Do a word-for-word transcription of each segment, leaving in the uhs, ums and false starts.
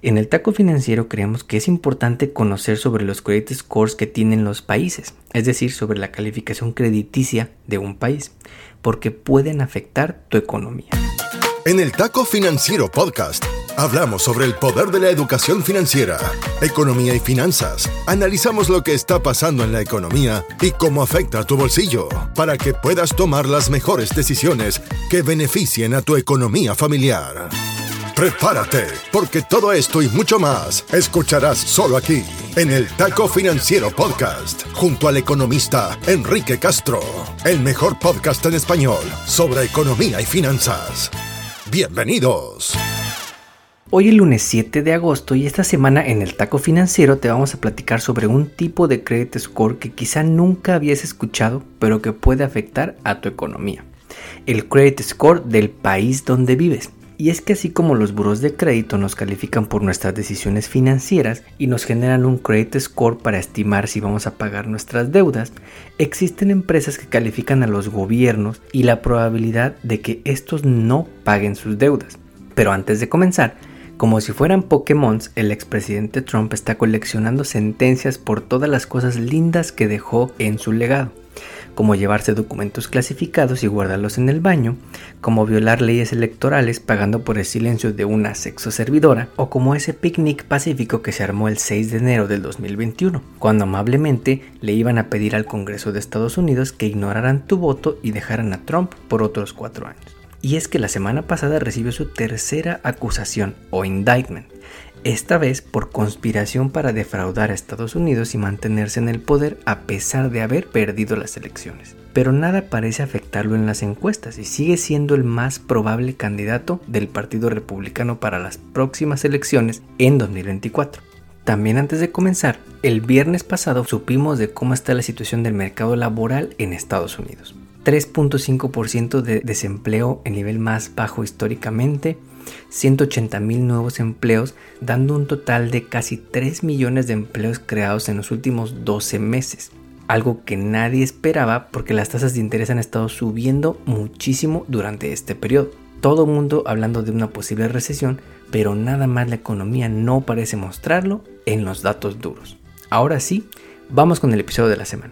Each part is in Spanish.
En el Taco Financiero creemos que es importante conocer sobre los credit scores que tienen los países, es decir, sobre la calificación crediticia de un país, porque pueden afectar tu economía. En el Taco Financiero Podcast hablamos sobre el poder de la educación financiera, economía y finanzas. Analizamos lo que está pasando en la economía y cómo afecta a tu bolsillo, para que puedas tomar las mejores decisiones que beneficien a tu economía familiar. Prepárate, porque todo esto y mucho más escucharás solo aquí, en el Taco Financiero Podcast, junto al economista Enrique Castro, el mejor podcast en español sobre economía y finanzas. ¡Bienvenidos! Hoy es lunes siete de agosto y esta semana en el Taco Financiero te vamos a platicar sobre un tipo de credit score que quizá nunca habías escuchado, pero que puede afectar a tu economía. El credit score del país donde vives. Y es que así como los buros de crédito nos califican por nuestras decisiones financieras y nos generan un credit score para estimar si vamos a pagar nuestras deudas, existen empresas que califican a los gobiernos y la probabilidad de que estos no paguen sus deudas. Pero antes de comenzar, como si fueran Pokémon, el expresidente Trump está coleccionando sentencias por todas las cosas lindas que dejó en su legado, como llevarse documentos clasificados y guardarlos en el baño, como violar leyes electorales pagando por el silencio de una sexoservidora, o como ese picnic pacífico que se armó el seis de enero del dos mil veintiuno, cuando amablemente le iban a pedir al Congreso de Estados Unidos que ignoraran tu voto y dejaran a Trump por otros cuatro años. Y es que la semana pasada recibió su tercera acusación o indictment, esta vez por conspiración para defraudar a Estados Unidos y mantenerse en el poder a pesar de haber perdido las elecciones. Pero nada parece afectarlo en las encuestas y sigue siendo el más probable candidato del Partido Republicano para las próximas elecciones en dos mil veinticuatro. También antes de comenzar, el viernes pasado supimos de cómo está la situación del mercado laboral en Estados Unidos. tres punto cinco por ciento de desempleo, el nivel más bajo históricamente, ciento ochenta mil nuevos empleos, dando un total de casi tres millones de empleos creados en los últimos doce meses. Algo que nadie esperaba porque las tasas de interés han estado subiendo muchísimo durante este periodo. Todo el mundo hablando de una posible recesión, pero nada más la economía no parece mostrarlo en los datos duros. Ahora sí, vamos con el episodio de la semana.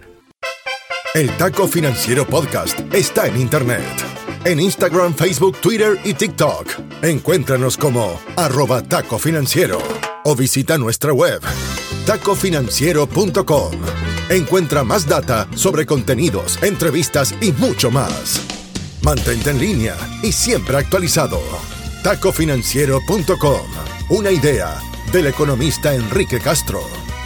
El Taco Financiero Podcast está en internet. En Instagram, Facebook, Twitter y TikTok. Encuéntranos como arroba Taco Financiero o visita nuestra web taco financiero punto com. Encuentra más data sobre contenidos, entrevistas y mucho más. Mantente en línea y siempre actualizado. taco financiero punto com. Una idea del economista Enrique Castro.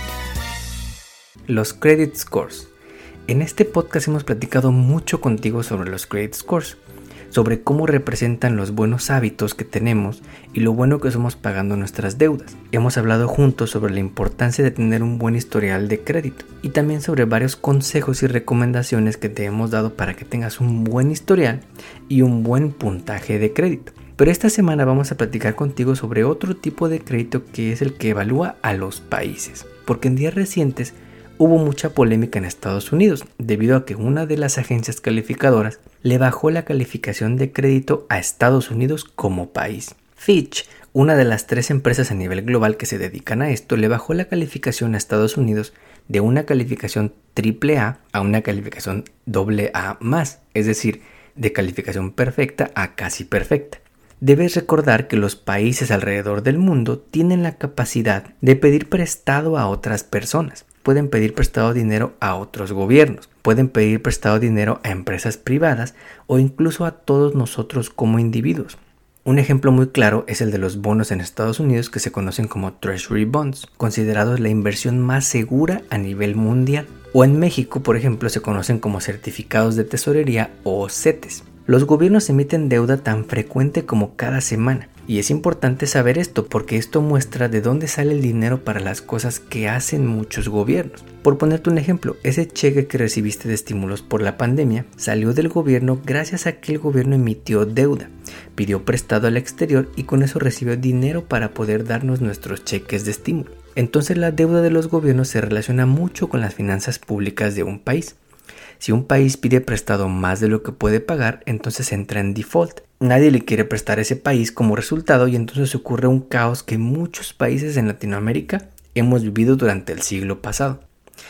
Los credit scores. En este podcast hemos platicado mucho contigo sobre los credit scores, sobre cómo representan los buenos hábitos que tenemos y lo bueno que somos pagando nuestras deudas. Hemos hablado juntos sobre la importancia de tener un buen historial de crédito y también sobre varios consejos y recomendaciones que te hemos dado para que tengas un buen historial y un buen puntaje de crédito. Pero esta semana vamos a platicar contigo sobre otro tipo de crédito que es el que evalúa a los países, porque en días recientes hubo mucha polémica en Estados Unidos debido a que una de las agencias calificadoras le bajó la calificación de crédito a Estados Unidos como país. Fitch, una de las tres empresas a nivel global que se dedican a esto, le bajó la calificación a Estados Unidos de una calificación triple A a una calificación doble A más, es decir, de calificación perfecta a casi perfecta. Debes recordar que los países alrededor del mundo tienen la capacidad de pedir prestado a otras personas. Pueden pedir prestado dinero a otros gobiernos, pueden pedir prestado dinero a empresas privadas o incluso a todos nosotros como individuos. Un ejemplo muy claro es el de los bonos en Estados Unidos que se conocen como Treasury Bonds, considerados la inversión más segura a nivel mundial. O en México, por ejemplo, se conocen como certificados de tesorería o CETES. Los gobiernos emiten deuda tan frecuente como cada semana. Y es importante saber esto porque esto muestra de dónde sale el dinero para las cosas que hacen muchos gobiernos. Por ponerte un ejemplo, ese cheque que recibiste de estímulos por la pandemia salió del gobierno gracias a que el gobierno emitió deuda, pidió prestado al exterior y con eso recibió dinero para poder darnos nuestros cheques de estímulo. Entonces la deuda de los gobiernos se relaciona mucho con las finanzas públicas de un país. Si un país pide prestado más de lo que puede pagar, entonces entra en default Nadie le quiere prestar a ese país como resultado y entonces ocurre un caos que muchos países en Latinoamérica hemos vivido durante el siglo pasado.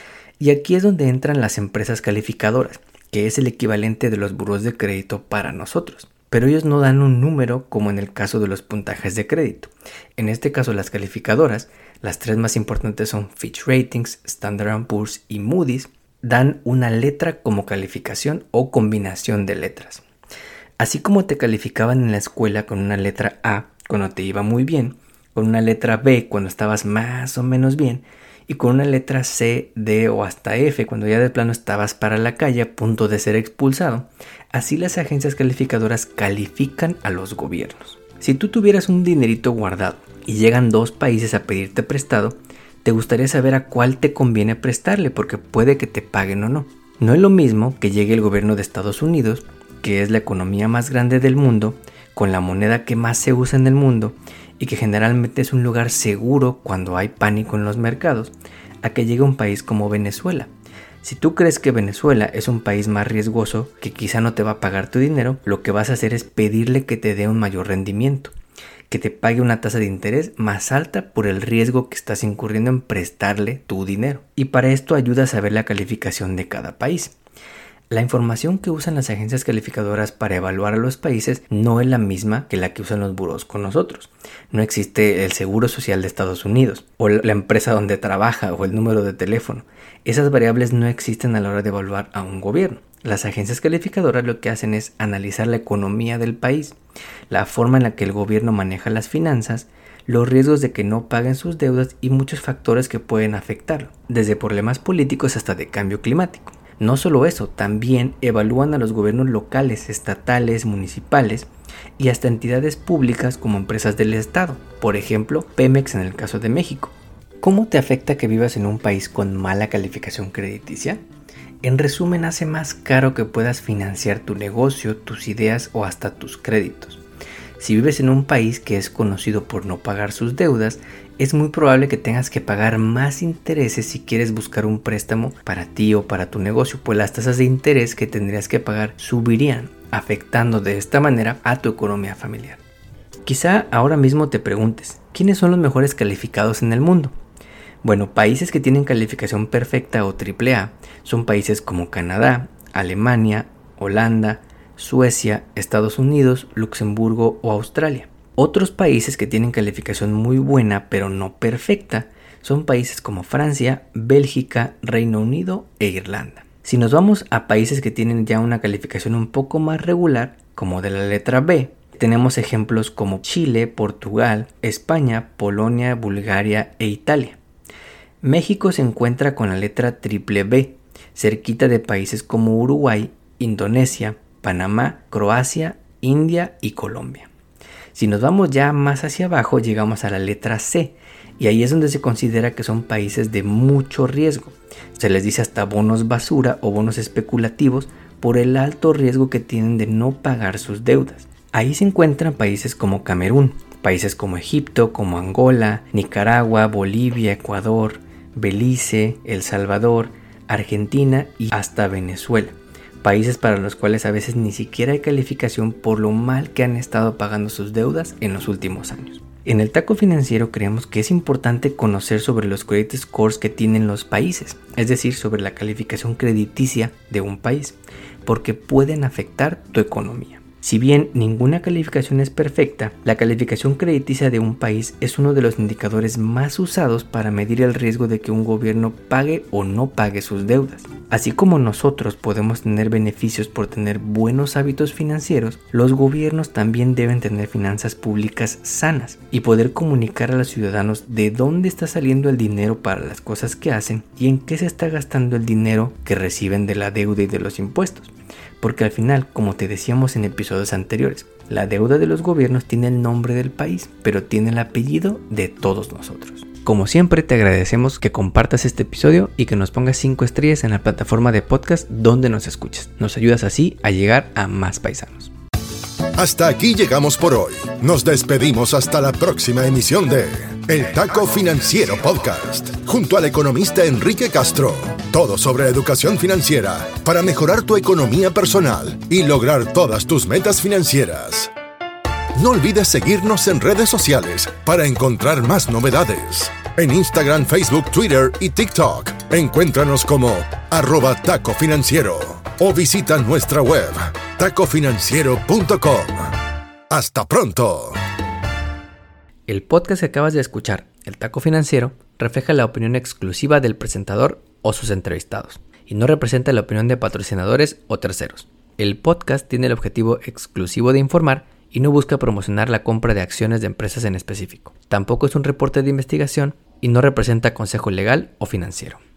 Y aquí es donde entran las empresas calificadoras, que es el equivalente de los burós de crédito para nosotros. Pero ellos no dan un número como en el caso de los puntajes de crédito. En este caso las calificadoras, las tres más importantes son Fitch Ratings, Standard and Poor's y Moody's, dan una letra como calificación o combinación de letras. Así como te calificaban en la escuela con una letra A cuando te iba muy bien, con una letra B cuando estabas más o menos bien y con una letra C, D o hasta F cuando ya de plano estabas para la calle a punto de ser expulsado, así las agencias calificadoras califican a los gobiernos. Si tú tuvieras un dinerito guardado y llegan dos países a pedirte prestado, te gustaría saber a cuál te conviene prestarle porque puede que te paguen o no. No es lo mismo que llegue el gobierno de Estados Unidos, que es la economía más grande del mundo, con la moneda que más se usa en el mundo y que generalmente es un lugar seguro cuando hay pánico en los mercados, a que llegue un país como Venezuela. Si tú crees que Venezuela es un país más riesgoso, que quizá no te va a pagar tu dinero, lo que vas a hacer es pedirle que te dé un mayor rendimiento, que te pague una tasa de interés más alta por el riesgo que estás incurriendo en prestarle tu dinero. Y para esto ayuda a saber la calificación de cada país. La información que usan las agencias calificadoras para evaluar a los países no es la misma que la que usan los burós con nosotros. No existe el seguro social de Estados Unidos, o la empresa donde trabaja, o el número de teléfono. Esas variables no existen a la hora de evaluar a un gobierno. Las agencias calificadoras lo que hacen es analizar la economía del país, la forma en la que el gobierno maneja las finanzas, los riesgos de que no paguen sus deudas y muchos factores que pueden afectarlo, desde problemas políticos hasta de cambio climático. No solo eso, también evalúan a los gobiernos locales, estatales, municipales y hasta entidades públicas como empresas del Estado, por ejemplo, Pemex en el caso de México. ¿Cómo te afecta que vivas en un país con mala calificación crediticia? En resumen, hace más caro que puedas financiar tu negocio, tus ideas o hasta tus créditos. Si vives en un país que es conocido por no pagar sus deudas, es muy probable que tengas que pagar más intereses si quieres buscar un préstamo para ti o para tu negocio, pues las tasas de interés que tendrías que pagar subirían, afectando de esta manera a tu economía familiar. Quizá ahora mismo te preguntes, ¿quiénes son los mejores calificados en el mundo? Bueno, países que tienen calificación perfecta o triple A son países como Canadá, Alemania, Holanda, Suecia, Estados Unidos, Luxemburgo o Australia. Otros países que tienen calificación muy buena pero no perfecta son países como Francia, Bélgica, Reino Unido e Irlanda. Si nos vamos a países que tienen ya una calificación un poco más regular, como de la letra B, tenemos ejemplos como Chile, Portugal, España, Polonia, Bulgaria e Italia. México se encuentra con la letra triple B, cerquita de países como Uruguay, Indonesia, Panamá, Croacia, India y Colombia. Si nos vamos ya más hacia abajo, llegamos a la letra C, y ahí es donde se considera que son países de mucho riesgo. Se les dice hasta bonos basura o bonos especulativos por el alto riesgo que tienen de no pagar sus deudas. Ahí se encuentran países como Camerún, países como Egipto, como Angola, Nicaragua, Bolivia, Ecuador, Belice, El Salvador, Argentina y hasta Venezuela. Países para los cuales a veces ni siquiera hay calificación por lo mal que han estado pagando sus deudas en los últimos años. En el Taco Financiero creemos que es importante conocer sobre los credit scores que tienen los países, es decir, sobre la calificación crediticia de un país, porque pueden afectar tu economía. Si bien ninguna calificación es perfecta, la calificación crediticia de un país es uno de los indicadores más usados para medir el riesgo de que un gobierno pague o no pague sus deudas. Así como nosotros podemos tener beneficios por tener buenos hábitos financieros, los gobiernos también deben tener finanzas públicas sanas y poder comunicar a los ciudadanos de dónde está saliendo el dinero para las cosas que hacen y en qué se está gastando el dinero que reciben de la deuda y de los impuestos. Porque al final, como te decíamos en episodios anteriores, la deuda de los gobiernos tiene el nombre del país, pero tiene el apellido de todos nosotros. Como siempre, te agradecemos que compartas este episodio y que nos pongas cinco estrellas en la plataforma de podcast donde nos escuches. Nos ayudas así a llegar a más paisanos. Hasta aquí llegamos por hoy. Nos despedimos hasta la próxima emisión de El Taco Financiero Podcast, junto al economista Enrique Castro. Todo sobre educación financiera para mejorar tu economía personal y lograr todas tus metas financieras. No olvides seguirnos en redes sociales para encontrar más novedades. En Instagram, Facebook, Twitter y TikTok, encuéntranos como arroba Taco Financiero o visita nuestra web taco financiero punto com. ¡Hasta pronto! El podcast que acabas de escuchar, El Taco Financiero, refleja la opinión exclusiva del presentador o sus entrevistados y no representa la opinión de patrocinadores o terceros. El podcast tiene el objetivo exclusivo de informar y no busca promocionar la compra de acciones de empresas en específico. Tampoco es un reporte de investigación y no representa consejo legal o financiero.